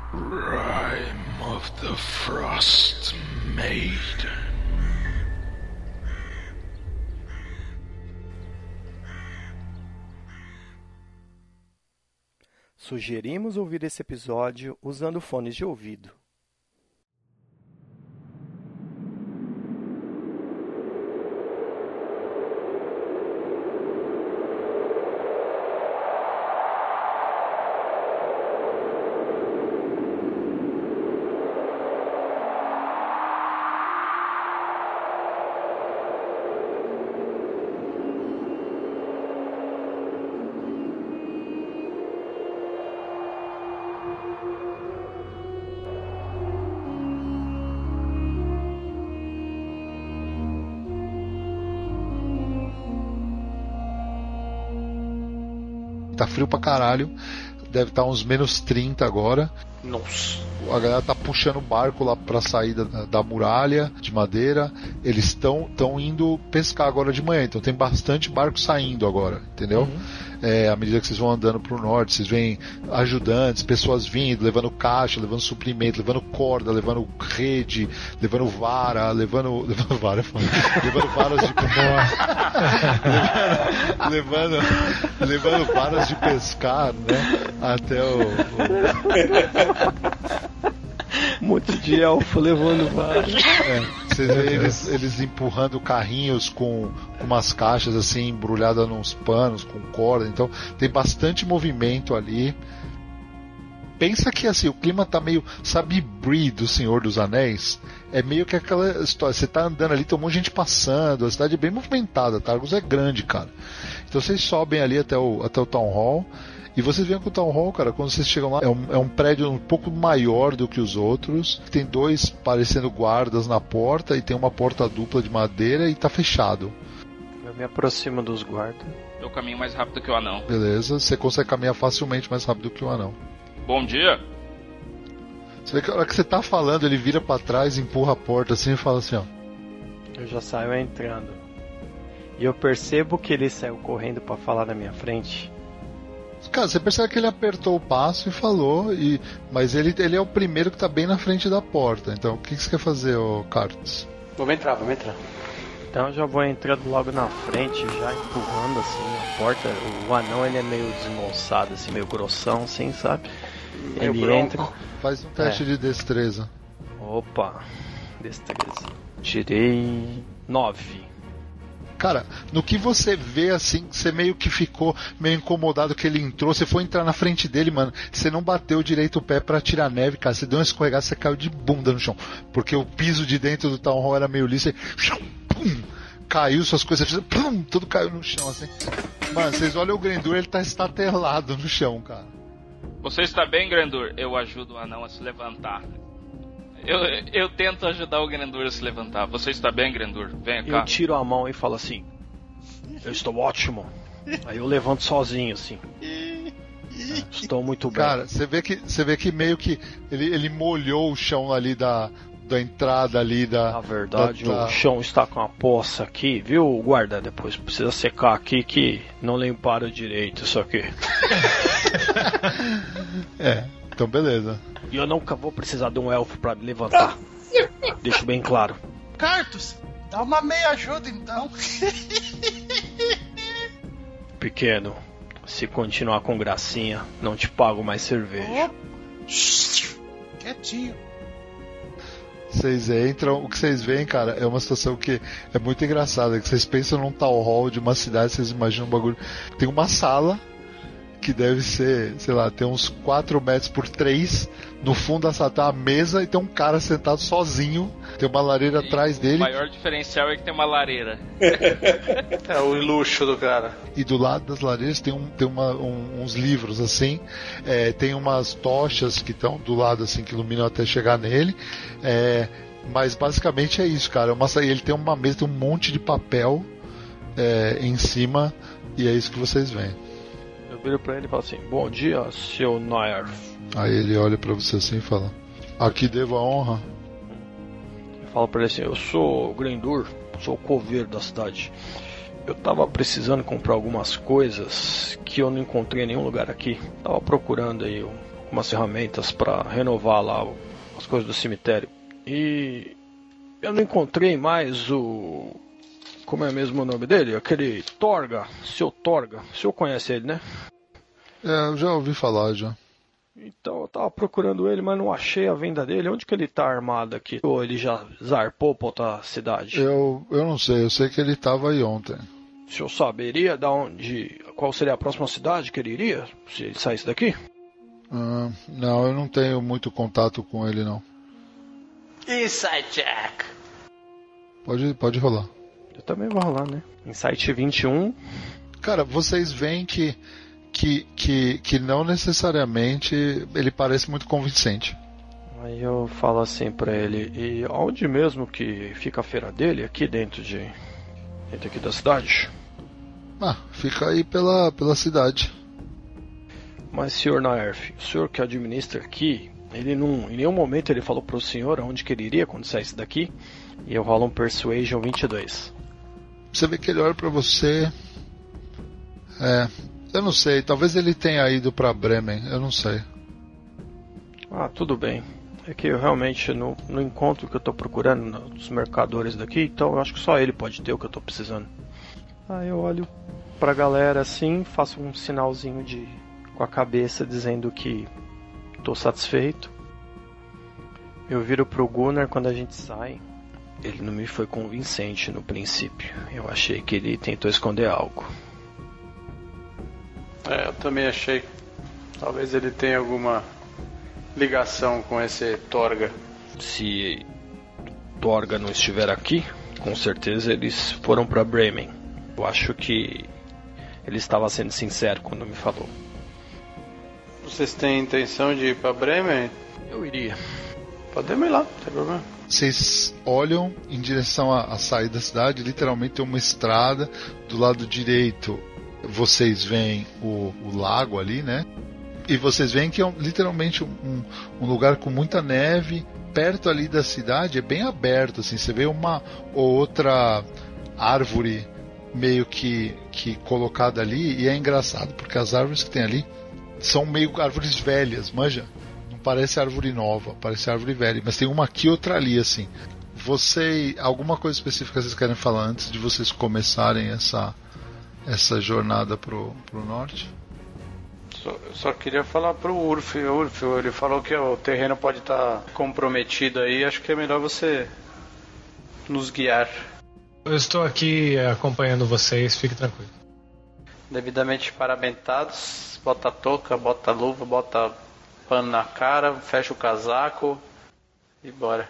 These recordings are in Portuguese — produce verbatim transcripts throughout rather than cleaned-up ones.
Rime of the Frost Maiden. Sugerimos ouvir esse episódio usando fones de ouvido. Tá frio pra caralho, deve estar uns menos trinta agora. Nossa. A galera tá puxando o barco lá pra saída da, da muralha de madeira. Eles estão tão indo pescar agora de manhã, então tem bastante barco saindo agora, entendeu? Uhum. É, à medida que vocês vão andando pro norte, vocês veem ajudantes, pessoas vindo, levando caixa, levando suprimento, levando corda, levando rede, levando vara, levando. Levando vara, levando varas de levando, levando, levando varas de pescar, né? Até o. o... Um monte de elfo levando vara. É, vocês veem eles, eles empurrando carrinhos com, com umas caixas assim, embrulhadas nos panos, com corda. Então tem bastante movimento ali. Pensa que assim, o clima tá meio, sabe, Bree do Senhor dos Anéis? É meio que aquela história, você tá andando ali, tem um monte de gente passando, a cidade é bem movimentada, Targos é grande, cara. Então vocês sobem ali até o, até o Town Hall. E vocês veem que o Town Hall, cara, quando vocês chegam lá, é um, é um prédio um pouco maior do que os outros. Tem dois parecendo guardas na porta e tem uma porta dupla de madeira e tá fechado. Eu me aproximo dos guardas. Eu caminho mais rápido que o anão. Beleza, você consegue caminhar facilmente mais rápido que o anão. Bom dia. Você vê que a hora que você tá falando, ele vira pra trás, empurra a porta assim e fala assim, ó. Eu já saio entrando. E eu percebo que ele saiu correndo pra falar na minha frente. Cara, você percebe que ele apertou o passo e falou, e... mas ele, ele é o primeiro que tá bem na frente da porta. Então, o que, que você quer fazer, ô Carlos? Vamos entrar, vamos entrar. Então eu já vou entrando logo na frente, já empurrando assim a porta. O anão, ele é meio desmonçado, assim, meio grossão, assim, sabe? Meio ele bronco. entra... Faz um teste é. de destreza. Opa, destreza. Tirei nove. Cara, no que você vê assim, você meio que ficou meio incomodado que ele entrou, você foi entrar na frente dele, mano, você não bateu direito o pé pra tirar neve, cara, você deu uma escorregada, você caiu de bunda no chão, porque o piso de dentro do Town Hall era meio liso, você pum, caiu, suas coisas, pum, tudo caiu no chão, assim. Mano, vocês olham o Grendur, ele tá estatelado no chão, cara. Você está bem, Grendur? Eu ajudo o anão a se levantar. Eu, eu tento ajudar o Grendur a se levantar. Você está bem, Grendur? Venha cá. Eu tiro a mão e falo assim: eu estou ótimo. Aí eu levanto sozinho, assim. Estou muito bem. Cara, você vê que, você vê que meio que ele, ele molhou o chão ali da, da entrada ali da... Na verdade, da, da... o chão está com a poça aqui, viu, guarda? Depois precisa secar aqui que não limparam direito isso aqui. É, então beleza. E eu nunca vou precisar de um elfo pra me levantar. Deixo bem claro. Cartus, dá uma meia ajuda então. Pequeno, se continuar com gracinha, não te pago mais cerveja. Oh. Quietinho. Vocês entram, o que vocês veem, cara, é uma situação que é muito engraçada. Que vocês pensam num town hall de uma cidade, vocês imaginam um bagulho. Tem uma sala que deve ser, sei lá, tem uns quatro metros por três. No fundo da sala tem uma mesa e tem um cara sentado sozinho. Tem uma lareira e atrás dele. O maior diferencial é que tem uma lareira. É o luxo do cara. E do lado das lareiras tem, um, tem uma, um, uns livros assim. É, tem umas tochas que estão do lado assim que iluminam até chegar nele. É, mas basicamente é isso, cara. Uma, ele tem uma mesa, tem um monte de papel é, em cima. E é isso que vocês veem. Eu viro pra ele e falo assim: bom dia, seu Nair. Aí ele olha pra você assim e fala: aqui devo a honra. Eu falo pra ele assim: eu sou o Grendur, sou o coveiro da cidade. Eu tava precisando comprar algumas coisas que eu não encontrei em nenhum lugar aqui. Tava procurando aí umas ferramentas para renovar lá o, as coisas do cemitério. E eu não encontrei mais o... Como é mesmo o nome dele? Aquele Torga, seu Torga. O senhor conhece ele, né? É, eu já ouvi falar, já. Então eu tava procurando ele, mas não achei a venda dele. Onde que ele tá armado aqui? Ou ele já zarpou pra outra cidade? Eu, eu não sei, eu sei que ele tava aí ontem. O senhor saberia da onde... Qual seria a próxima cidade que ele iria? Se ele saísse daqui? Ah, não, eu não tenho muito contato com ele, não. Inside check. Pode, pode rolar. Eu também vou rolar, né? Insight vinte e um. Cara, vocês veem que, que, que, que não necessariamente ele parece muito convincente. Aí eu falo assim pra ele, e onde mesmo que fica a feira dele? Aqui dentro de... Dentro aqui da cidade? Ah, fica aí pela, pela cidade. Mas, senhor Naerf, o senhor que administra aqui, ele não, em nenhum momento ele falou pro senhor aonde que ele iria quando saísse daqui? E eu rolo um Persuasion vinte e dois. Você vê que ele olha pra você... É, eu não sei, talvez ele tenha ido pra Bremen, eu não sei. Ah, tudo bem. É que eu realmente não, não encontro o que eu tô procurando nos mercadores daqui, então eu acho que só ele pode ter o que eu tô precisando. Aí eu olho pra galera assim, faço um sinalzinho de com a cabeça dizendo que tô satisfeito. Eu viro pro Gunnar quando a gente sai. Ele não me foi convincente no princípio. Eu achei que ele tentou esconder algo. É, eu também achei. Talvez ele tenha alguma ligação com esse Torga. Se Torga não estiver aqui, com certeza eles foram para Bremen. Eu acho que ele estava sendo sincero quando me falou. Vocês têm intenção de ir para Bremen? Eu iria. Podemos ir lá, não tem problema. Vocês olham em direção à, à saída da cidade, literalmente tem uma estrada. Do lado direito vocês veem o, o lago ali, né? E vocês veem que é um, literalmente um, um lugar com muita neve. Perto ali da cidade é bem aberto, assim. Você vê uma ou outra árvore meio que, que colocada ali. E é engraçado porque as árvores que tem ali são meio árvores velhas, manja? Não parece árvore nova, parece árvore velha. Mas tem uma aqui e outra ali, assim. Você, alguma coisa específica vocês querem falar antes de vocês começarem essa, essa jornada pro, pro norte? Só, só queria falar pro Urf, Urf, ele falou que o terreno pode estar comprometido aí, acho que é melhor você nos guiar. Eu estou aqui acompanhando vocês, fique tranquilo. Devidamente paramentados, bota a touca, bota a luva, bota pano na cara, fecha o casaco e bora.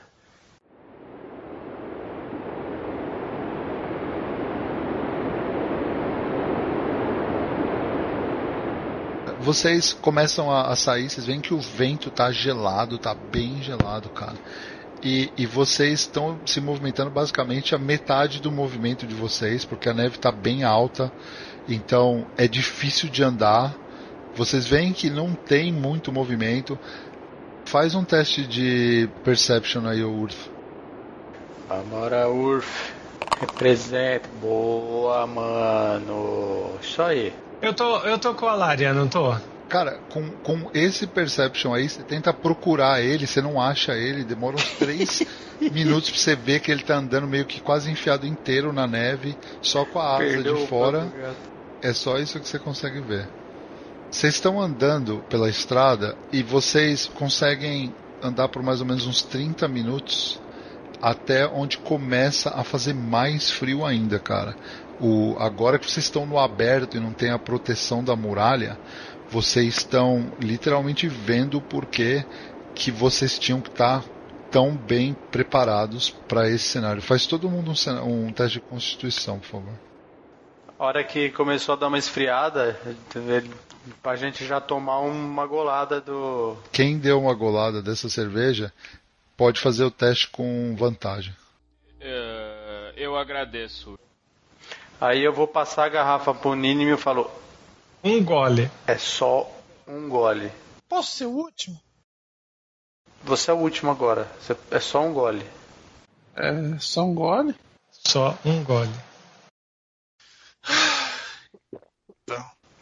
Vocês começam a, a sair, vocês veem que o vento tá gelado, tá bem gelado, cara. E, e vocês estão se movimentando basicamente a metade do movimento de vocês, porque a neve tá bem alta, então é difícil de andar. Vocês veem que não tem muito movimento. Faz um teste de Perception aí, Urf. Amora Urf. Representa. Boa, mano. Isso aí. Eu tô, eu tô com a Lária, não tô? Cara, com, com esse Perception aí, você tenta procurar ele, você não acha ele, demora uns três minutos pra você ver que ele tá andando meio que quase enfiado inteiro na neve, só com a asa Perdeu de o fora. papo, gato. É só isso que você consegue ver. Vocês estão andando pela estrada e vocês conseguem andar por mais ou menos uns trinta minutos até onde começa a fazer mais frio ainda, cara. O, agora que vocês estão no aberto e não tem a proteção da muralha, vocês estão literalmente vendo o porquê que vocês tinham que estar tão bem preparados para esse cenário. Faz todo mundo um, um teste de constituição, por favor. A hora que começou a dar uma esfriada, pra gente já tomar uma golada do... Quem deu uma golada dessa cerveja pode fazer o teste com vantagem. Uh, eu agradeço. Aí eu vou passar a garrafa pro Nini e me falou: Um gole. é só um gole. Posso ser o último? Você é o último agora. Você- É só um gole. É só um gole? Só um gole.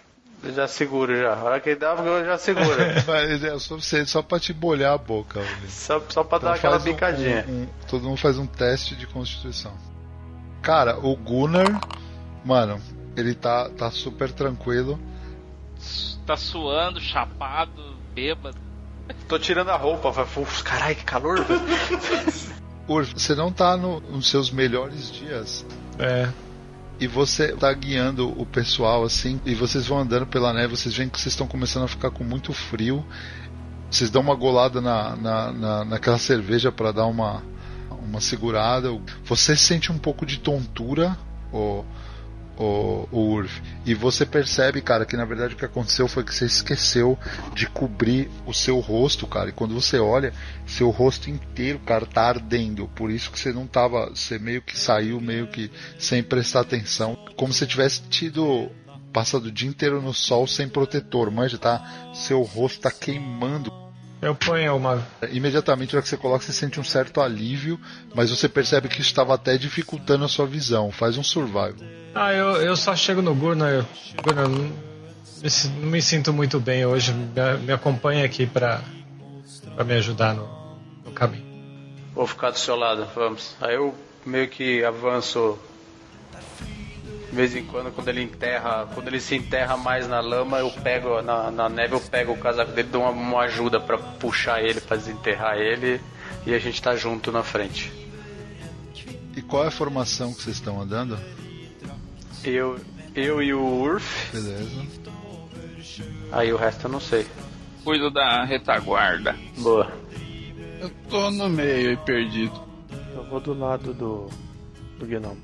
Já seguro já. A hora que ele dá, eu já seguro. Mas é o suficiente só pra te bolhar a boca. Olha. Só, só pra Então dar aquela um, bicadinha. Um, um, todo mundo faz um teste de constituição. Cara, o Gunnar, mano, ele tá, tá super tranquilo. Tá suando, chapado, bêbado. Tô tirando a roupa. Caralho, que calor, velho. Urf, você não tá no, nos seus melhores dias. É. E você tá guiando o pessoal assim, e vocês vão andando pela neve, vocês veem que vocês estão começando a ficar com muito frio. Vocês dão uma golada na, na, na, naquela cerveja para dar uma, uma segurada. Você sente um pouco de tontura, o, o, o Urf. E você percebe, cara, que na verdade o que aconteceu foi que você esqueceu de cobrir o seu rosto, cara. E quando você olha, seu rosto inteiro, cara, tá ardendo. Por isso que você não tava. Você meio que saiu, meio que sem prestar atenção. Como se tivesse tido. Passado o dia inteiro no sol sem protetor. Manja, tá? Seu rosto tá queimando. Eu ponho uma. Imediatamente, na hora que você coloca, você sente um certo alívio. Mas você percebe que isso estava até dificultando a sua visão. Faz um survival. Ah, eu, eu só chego no Gunnar. Gunnar, não me, não me sinto muito bem hoje. Me, me acompanha aqui pra, pra me ajudar no, no caminho. Vou ficar do seu lado, vamos. Aí eu meio que avanço. De vez em quando, quando ele enterra, quando ele se enterra mais na lama, eu pego, na, na neve, eu pego o casaco dele, dou uma, uma ajuda pra puxar ele, pra desenterrar ele, e a gente tá junto na frente. E qual é a formação que vocês estão andando? Eu, eu e o Urf. Beleza. Aí o resto eu não sei. Cuido da retaguarda. Boa. Eu tô no meio e perdido. Eu vou do lado do, do gnomo.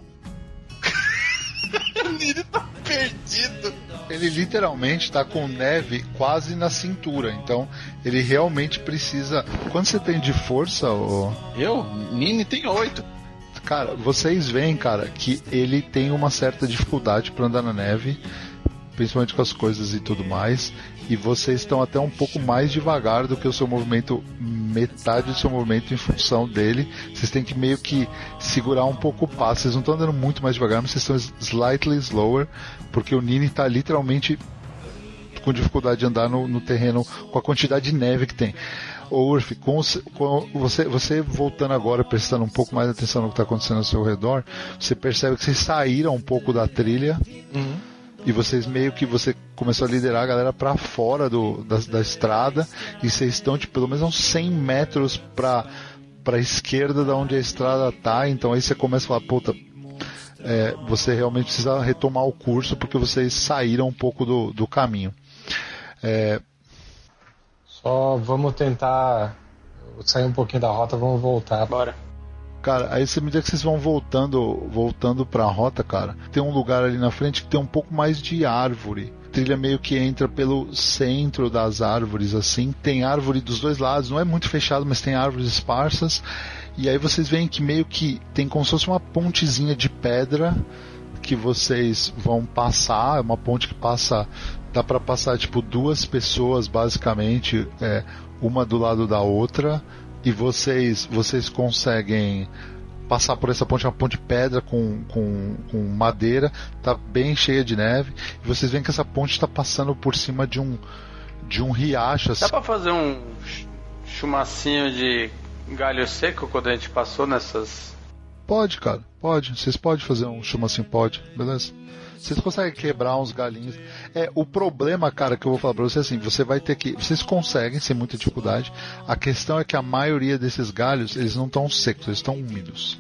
O Nini tá perdido. Ele literalmente tá com neve quase na cintura, então ele realmente precisa. Quanto você tem de força, ô? Eu? Nini tem oito. Cara, vocês veem, cara, que ele tem uma certa dificuldade para andar na neve, principalmente com as coisas e tudo mais, e vocês estão até um pouco mais devagar do que o seu movimento, metade do seu movimento em função dele. Vocês têm que meio que segurar um pouco o passo. Vocês não estão andando muito mais devagar, mas vocês estão slightly slower, porque o Nini está literalmente com dificuldade de andar no, no terreno com a quantidade de neve que tem. Ô Urf, com, com você, você voltando agora, prestando um pouco mais atenção no que está acontecendo ao seu redor, você percebe que vocês saíram um pouco da trilha. Uhum. E vocês meio que você começou a liderar a galera pra fora do, da, da estrada, e vocês estão tipo, pelo menos uns cem metros pra, pra esquerda da onde a estrada tá. Então aí você começa a falar, puta, é, você realmente precisa retomar o curso porque vocês saíram um pouco do, do caminho. É... Só vamos tentar sair um pouquinho da rota, vamos voltar. Bora. Cara, aí você me diz que vocês vão voltando, voltando pra rota, cara. Tem um lugar ali na frente que tem um pouco mais de árvore. A trilha meio que entra pelo centro das árvores, assim. Tem árvore dos dois lados, não é muito fechado, mas tem árvores esparsas. E aí vocês veem que meio que tem como se fosse uma pontezinha de pedra que vocês vão passar. É uma ponte que passa, dá pra passar tipo duas pessoas, basicamente, é, uma do lado da outra. E vocês, vocês conseguem passar por essa ponte, uma ponte de pedra com, com, com madeira, tá bem cheia de neve, e vocês veem que essa ponte está passando por cima de um, de um riacho. Assim. Dá pra fazer um chumacinho de galho seco quando a gente passou nessas... Pode, cara, pode. Vocês podem fazer um chumacinho, pode, beleza? Vocês conseguem quebrar uns galinhos. É, o problema, cara, que eu vou falar pra você é assim, você vai ter que... Vocês conseguem, sem muita dificuldade. A questão é que a maioria desses galhos, eles não estão secos, eles estão úmidos.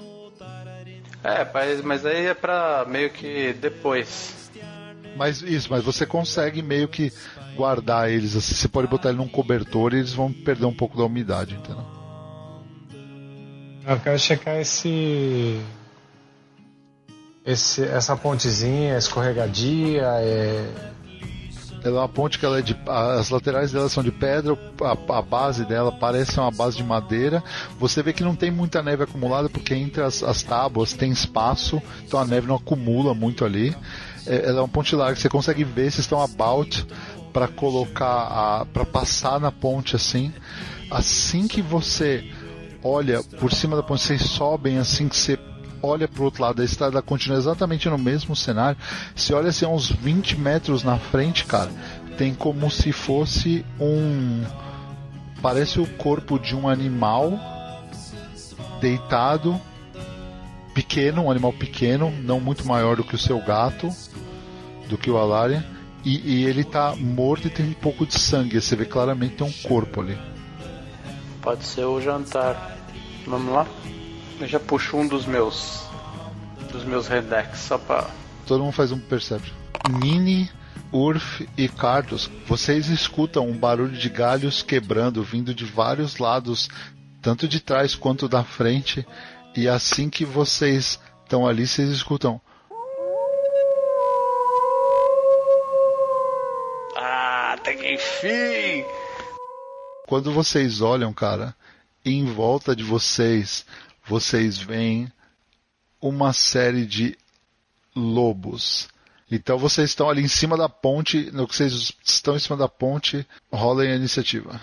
É, mas, mas aí é pra meio que depois. Mas isso, mas você consegue meio que guardar eles assim. Você pode botar ele num cobertor e eles vão perder um pouco da umidade, entendeu? Eu quero checar esse... Esse, essa pontezinha escorregadia, é... Ela é uma ponte que ela é de, as laterais dela são de pedra, a, a base dela parece uma base de madeira. Você vê que não tem muita neve acumulada porque entre as, as tábuas tem espaço, então a neve não acumula muito ali. É, ela é uma ponte larga, você consegue ver se estão about para colocar, para passar na ponte assim. Assim que você olha por cima da ponte, vocês sobem assim que você olha pro outro lado da estrada, ela continua exatamente no mesmo cenário. Você olha assim, uns vinte metros na frente, cara, tem como se fosse um... Parece o corpo de um animal deitado, pequeno, um animal pequeno, não muito maior do que o seu gato, do que o Alarian, e, e ele tá morto e tem um pouco de sangue. Você vê claramente que tem um corpo ali. Pode ser o jantar. Vamos lá? Eu já puxo um dos meus dos meus Redex só pra... Todo mundo faz um Perception. Nini, Urf e Cardos, vocês escutam um barulho de galhos quebrando vindo de vários lados, tanto de trás quanto da frente, e assim que vocês estão ali, vocês escutam: Ah, até que enfim! Quando vocês olham, cara, em volta de vocês, vocês veem uma série de lobos. Então vocês estão ali em cima da ponte. No que vocês estão em cima da ponte, rolem a iniciativa.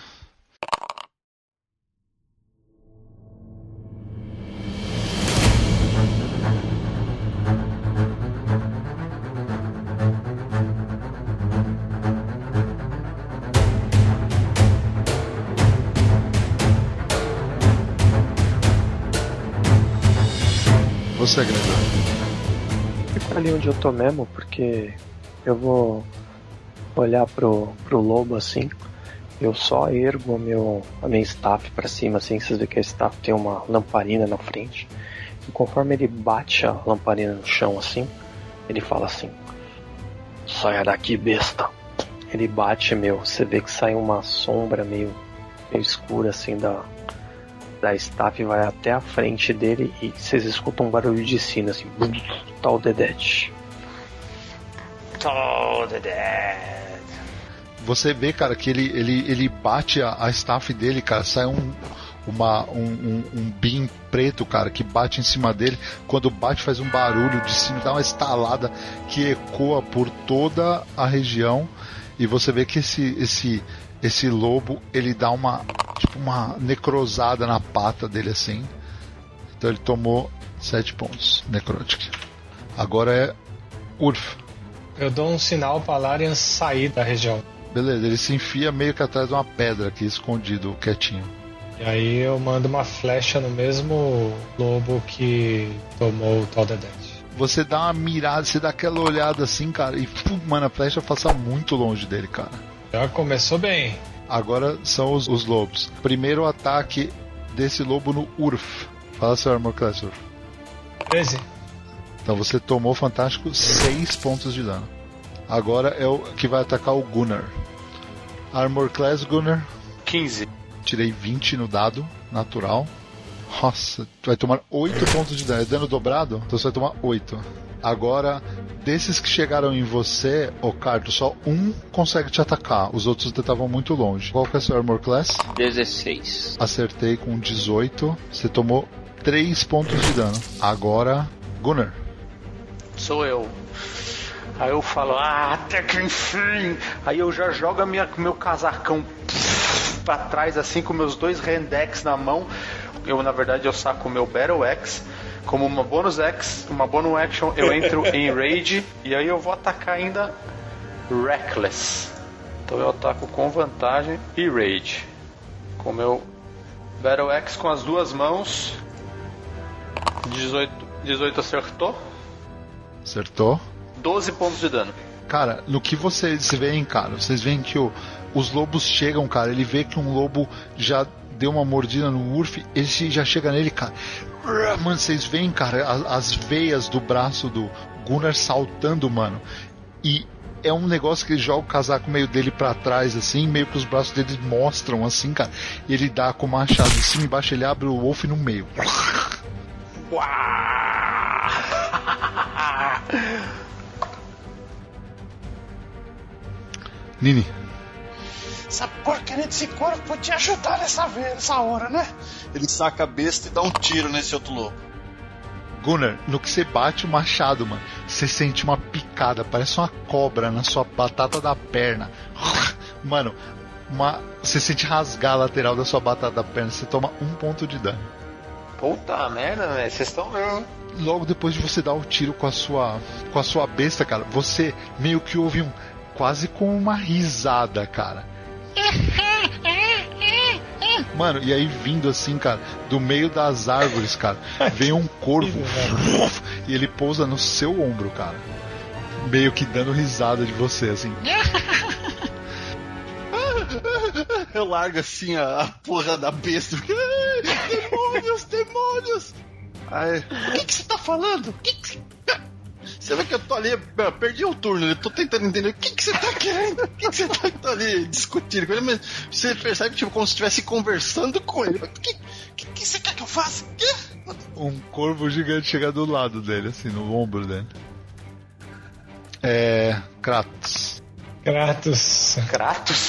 Você, Grandão. Fico ali onde eu tô mesmo, porque eu vou olhar pro, pro lobo assim. Eu só ergo meu, a minha staff pra cima, assim. Vocês veem que a staff tem uma lamparina na frente. E conforme ele bate a lamparina no chão assim, ele fala assim: saia daqui, besta. Ele bate, meu, você vê que sai uma sombra meio, meio escura assim da, da staff, vai até a frente dele e vocês escutam um barulho de sino assim, tal Dedede. Tal Dedede. Você vê, cara, que ele, ele, ele bate a, a staff dele, cara, sai um, uma, um, um, um beam preto, cara, que bate em cima dele. Quando bate faz um barulho de sino, dá uma estalada que ecoa por toda a região. E você vê que esse, esse, esse lobo, ele dá uma, tipo uma necrosada na pata dele assim. Então ele tomou sete pontos necróticos. Agora é Urf. Eu dou um sinal para Larian sair da região. Beleza, ele se enfia meio que atrás de uma pedra aqui, escondido, quietinho. E aí eu mando uma flecha no mesmo lobo que tomou o Tal Dedede. Você dá uma mirada, você dá aquela olhada assim, cara, e pum, mano, a flecha passa muito longe dele, cara. Já começou bem. Agora são os, os lobos. Primeiro ataque desse lobo no Urf. Fala seu Armor Class, Urf. treze. Então você tomou, fantástico, seis pontos de dano. Agora é o que vai atacar o Gunnar. Armor Class, Gunnar. quinze. Tirei vinte no dado, natural. Nossa, tu vai tomar oito pontos de dano. É dano dobrado? Então você vai tomar oito. Agora, desses que chegaram em você, ô Cardo, só um consegue te atacar. Os outros estavam muito longe. Qual que é seu Armor Class? dezesseis. Acertei com dezoito. Você tomou três pontos de dano. Agora, Gunnar. Sou eu. Aí eu falo, ah, até que enfim. Aí eu já jogo a minha, meu casacão pra trás, assim, com meus dois Rendex na mão. Eu, na verdade, eu saco o meu Battle Axe. Como uma bonus Axe, uma bonus action, eu entro em Rage. E aí eu vou atacar ainda Reckless. Então eu ataco com vantagem e Rage. Com o meu Battle Axe com as duas mãos. dezoito, dezoito acertou. Acertou. doze pontos de dano. Cara, no que vocês veem, cara, vocês veem que o, os lobos chegam, cara. Ele vê que um lobo já deu uma mordida no Urf, ele já chega nele, cara. Mano, vocês veem, cara, as, as veias do braço do Gunnar saltando, mano. E é um negócio que ele joga o casaco meio dele pra trás, assim, meio que os braços dele mostram, assim, cara. E ele dá com o machado em cima e embaixo, ele abre o Wolf no meio. Nini. Essa porcaria desse corpo pode te ajudar nessa, vez, nessa hora, né? Ele saca a besta e dá um tiro nesse outro lobo. Gunnar, no que você bate o machado, mano, você sente uma picada, parece uma cobra na sua batata da perna. Mano, uma, você sente rasgar a lateral da sua batata da perna, você toma um ponto de dano. Puta merda, velho. Vocês estão mesmo. Logo depois de você dar o tiro com a sua com a sua besta, cara, você meio que ouve um quase com uma risada, cara. Mano, e aí vindo assim, cara, do meio das árvores, cara, vem um corvo e ele pousa no seu ombro, cara. Meio que dando risada de você, assim. Eu largo assim a, a porra da besta. Demônios, demônios! Aí, o que que você tá falando? Que que... Você vê que eu tô ali, eu perdi o turno, eu tô tentando entender o que que você tá querendo, o que que você tá ali discutindo com ele, mas você percebe tipo, como se estivesse conversando com ele. O que, que que você quer que eu faça? Que? Um corvo gigante chega do lado dele, assim, no ombro dele. É... Kratos. Kratos. Kratos?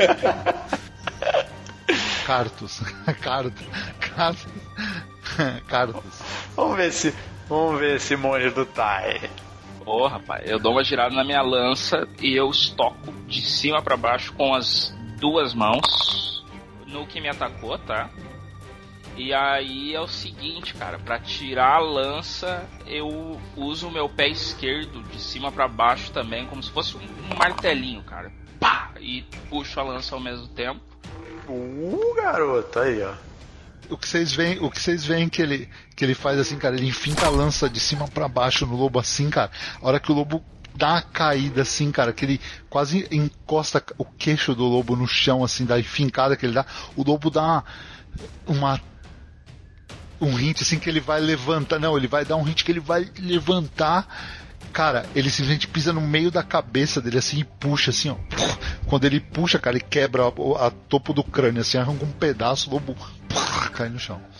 Cartus. Cartus. Cartus. Cartus. Vamos ver se... Vamos ver esse monge do Tai. Ô, oh, rapaz, eu dou uma girada na minha lança e eu estoco de cima pra baixo com as duas mãos no que me atacou, tá? E aí é o seguinte, cara, pra tirar a lança eu uso o meu pé esquerdo de cima pra baixo também, como se fosse um martelinho, cara. Pá! E puxo a lança ao mesmo tempo. Uh, garoto, aí, ó. O que vocês veem, o que vocês veem que ele, que ele faz assim, cara, ele enfinca a lança de cima pra baixo no lobo assim, cara. A hora que o lobo dá uma caída assim, cara, que ele quase encosta o queixo do lobo no chão, assim, da enfincada que ele dá, o lobo dá uma, uma um hint assim que ele vai levantar, não, ele vai dar um hint que ele vai levantar, cara, ele simplesmente pisa no meio da cabeça dele assim e puxa assim, ó. Quando ele puxa, cara, ele quebra a, a topo do crânio, assim, arranca um pedaço, o lobo cai no chão.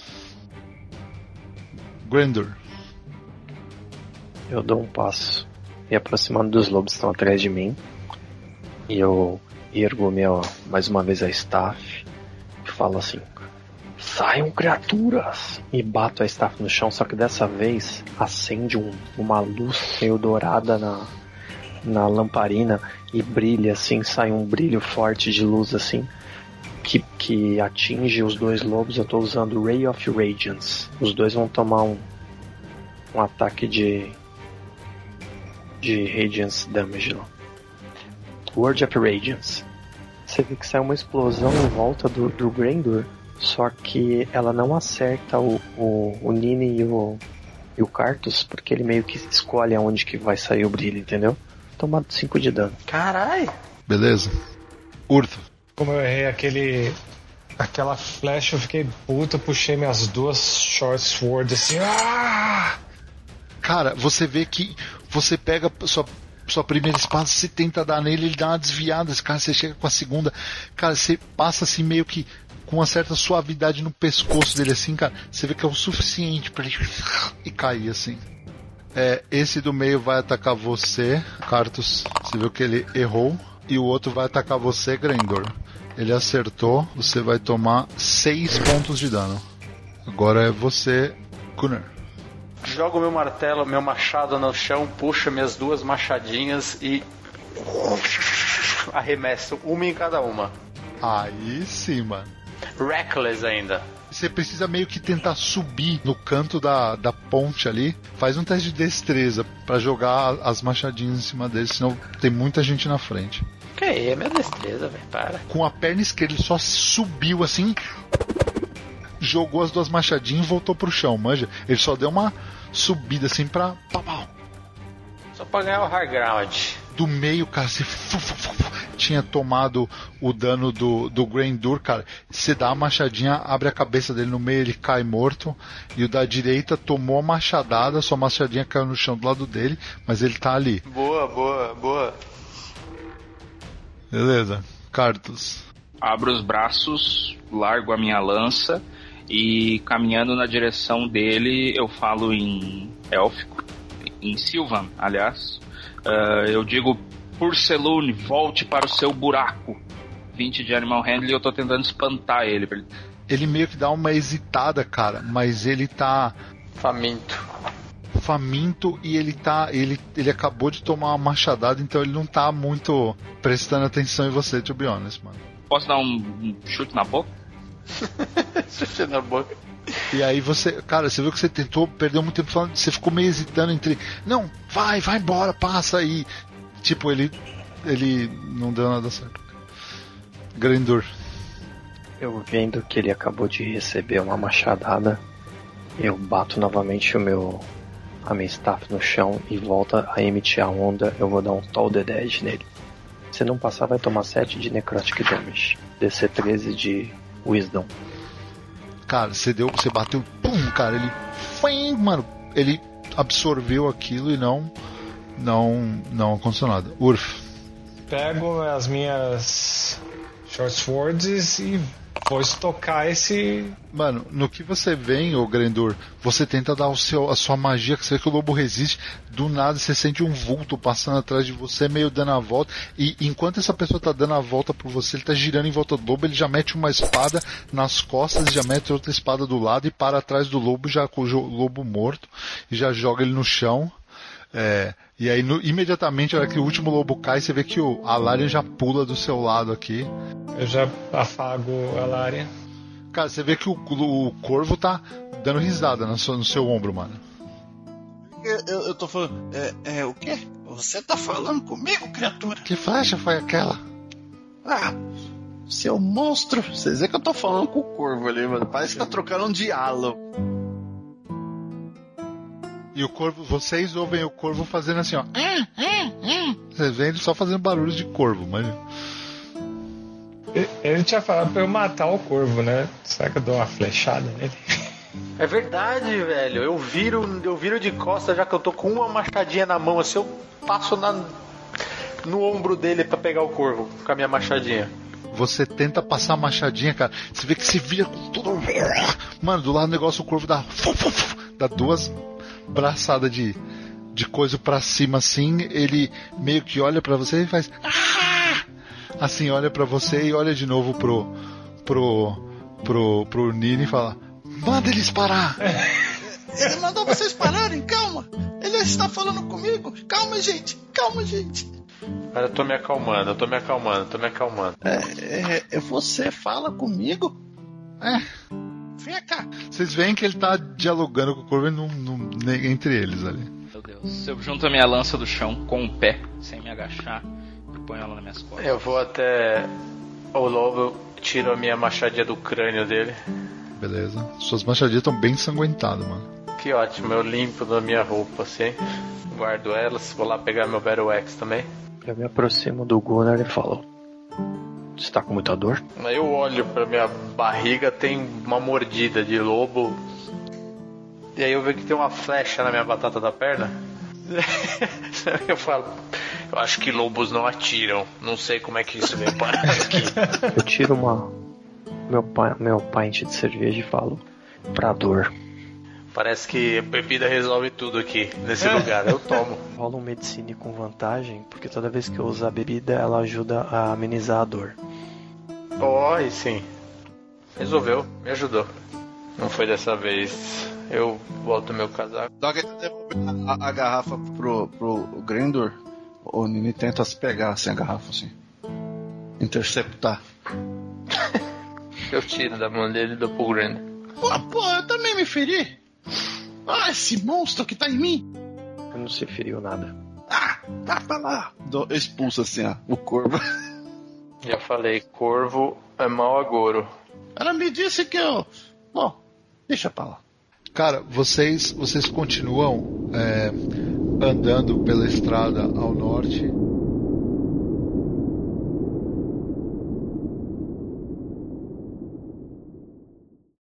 Grandor. Eu dou um passo me aproximando dos lobos que estão atrás de mim. E eu ergo meu, mais uma vez a staff e falo assim: saiam, criaturas! E bato a staff no chão, só que dessa vez acende um, uma luz meio dourada na, na lamparina e brilha assim, sai um brilho forte de luz assim que, que atinge os dois lobos. Eu tô usando Ray of Radiance. Os dois vão tomar um, um ataque de de Radiance Damage lá. Word of Radiance. Você vê que sai uma explosão em volta do, do Grendor, só que ela não acerta o, o, o Nini e o, e o Cartus, porque ele meio que escolhe aonde que vai sair o brilho, entendeu? Tomado cinco de dano. Carai! Beleza. Urto. Como eu errei aquele... aquela flecha, eu fiquei puto, puxei minhas duas short swords assim. Ah! Cara, você vê que você pega sua, sua primeira espada, você tenta dar nele, ele dá uma desviada, cara, você chega com a segunda, cara, você passa assim meio que com uma certa suavidade no pescoço dele assim, cara, você vê que é o suficiente pra ele e cair assim. É, esse do meio vai atacar você, Cartus, você viu que ele errou, e o outro vai atacar você, Grendor. Ele acertou, você vai tomar seis pontos de dano. Agora é você, Gunnar. Jogo meu martelo, meu machado no chão, puxo minhas duas machadinhas e arremesso uma em cada uma. Aí sim, mano. Reckless ainda. Você precisa meio que tentar subir no canto da, da ponte ali. Faz um teste de destreza pra jogar as machadinhas em cima dele, senão tem muita gente na frente. Que é minha destreza, velho, para. Com a perna esquerda ele só subiu assim, jogou as duas machadinhas e voltou pro chão, manja. Ele só deu uma subida assim pra... Pau, pau. Só pra ganhar o high ground. Do meio, cara, você fu, fu, fu, fu, tinha tomado o dano do, do Grendor, cara. Você dá a machadinha, abre a cabeça dele no meio, ele cai morto. E o da direita tomou a machadada, sua machadinha caiu no chão do lado dele, mas ele tá ali. Boa, boa, boa. Beleza, Cartus. Abro os braços, largo a minha lança e caminhando na direção dele eu falo em élfico, em Sylvan, aliás. Uh, eu digo: Purselune, volte para o seu buraco. vinte de Animal Handling e eu tô tentando espantar ele. Ele meio que dá uma hesitada, cara, mas ele tá faminto. faminto e ele tá ele, ele acabou de tomar uma machadada, então ele não tá muito prestando atenção em você, to be honest, mano. Posso dar um chute na boca? Chute na boca. E aí você, cara, você viu que você tentou, perdeu muito tempo falando, você ficou meio hesitando entre, não, vai, vai embora, passa aí. Tipo, ele ele não deu nada certo. Grindor. Eu vendo que ele acabou de receber uma machadada, eu bato novamente o meu a minha staff no chão e volta a emitir a onda. Eu vou dar um Toll the Dead nele. Se não passar, vai tomar sete de Necrotic Damage. D C treze de Wisdom. Cara, você deu, você bateu, pum, cara, ele foi, mano, ele absorveu aquilo e não não não aconteceu nada. Urf. Pego as minhas Short Swords e vou estocar esse... Mano, no que você vem, ô Grendor, você tenta dar o seu, a sua magia, que você vê que o lobo resiste, do nada você sente um vulto passando atrás de você, meio dando a volta, e enquanto essa pessoa tá dando a volta por você, ele tá girando em volta do lobo, ele já mete uma espada nas costas, já mete outra espada do lado e para atrás do lobo, já com o lobo morto, e já joga ele no chão. É, e aí no, imediatamente, na hora que o último lobo cai, você vê que o Alarian já pula do seu lado aqui. Eu já afago a Alarian. Cara, você vê que o, o corvo tá dando risada no seu, no seu ombro, mano. Eu, eu, eu tô falando. É, é o quê? Você tá falando comigo, criatura? Que flecha foi aquela? Ah, seu monstro. Vocês veem que eu tô falando com o corvo ali, mano. Parece que tá trocando um diálogo. E o corvo, vocês ouvem o corvo fazendo assim, ó. Vocês veem ele só fazendo barulhos de corvo, mas. Ele tinha falado pra eu matar o corvo, né? Será que eu dou uma flechada nele? É verdade, velho. Eu viro, eu viro de costas, já que eu tô com uma machadinha na mão, assim, eu passo na, no ombro dele pra pegar o corvo com a minha machadinha. Você tenta passar a machadinha, cara. Você vê que se vira com tudo. Mano, do lado do negócio o corvo dá. Dá duas braçadas de, de coisa pra cima assim. Ele meio que olha pra você e faz. Assim, olha pra você e olha de novo pro pro pro, pro Nini e fala: manda eles parar. Ele mandou vocês pararem, calma. Ele está falando comigo. Calma, gente, calma, gente. Cara, eu tô me acalmando, eu tô me acalmando, tô me acalmando. É, é, você fala comigo? É. Vem cá. Vocês veem que ele tá dialogando com o corvo no, no, entre eles ali. Meu Deus. Eu junto a minha lança do chão com o pé, sem me agachar, e ponho ela nas minhas costas. Eu vou até o lobo, tiro a minha machadinha do crânio dele. Beleza. Suas machadinhas estão bem ensanguentadas, mano. Que ótimo, eu limpo da minha roupa assim, guardo elas, vou lá pegar meu Battle Axe também. Eu me aproximo do Gunnar e falo: você tá com muita dor? Aí eu olho pra minha barriga, tem uma mordida de lobo. E aí eu vejo que tem uma flecha na minha batata da perna. Eu falo: eu acho que lobos não atiram. Não sei como é que isso veio parar aqui. Eu tiro uma meu, meu pint de cerveja e falo: pra dor. Parece que bebida resolve tudo aqui, nesse lugar. Eu tomo. Rola um medicine com vantagem, porque toda vez que eu uso a bebida, ela ajuda a amenizar a dor. Oh, e sim. Resolveu, me ajudou. Não foi dessa vez. Eu volto meu casaco. Dog devolve a, a garrafa pro, pro Grindor. O Nini tenta se pegar assim a garrafa, assim. Interceptar. Eu tiro da mão dele e dou pro Grindor. Pô, pô, eu também me feri. Ah, esse monstro que tá em mim. Eu não se feriu nada. Ah, tá pra lá. Do, expulsa assim, ó, o corvo. Já falei, corvo é mau agouro. Ela me disse que eu... Bom, deixa pra lá. Cara, vocês, vocês continuam é, andando pela estrada ao norte.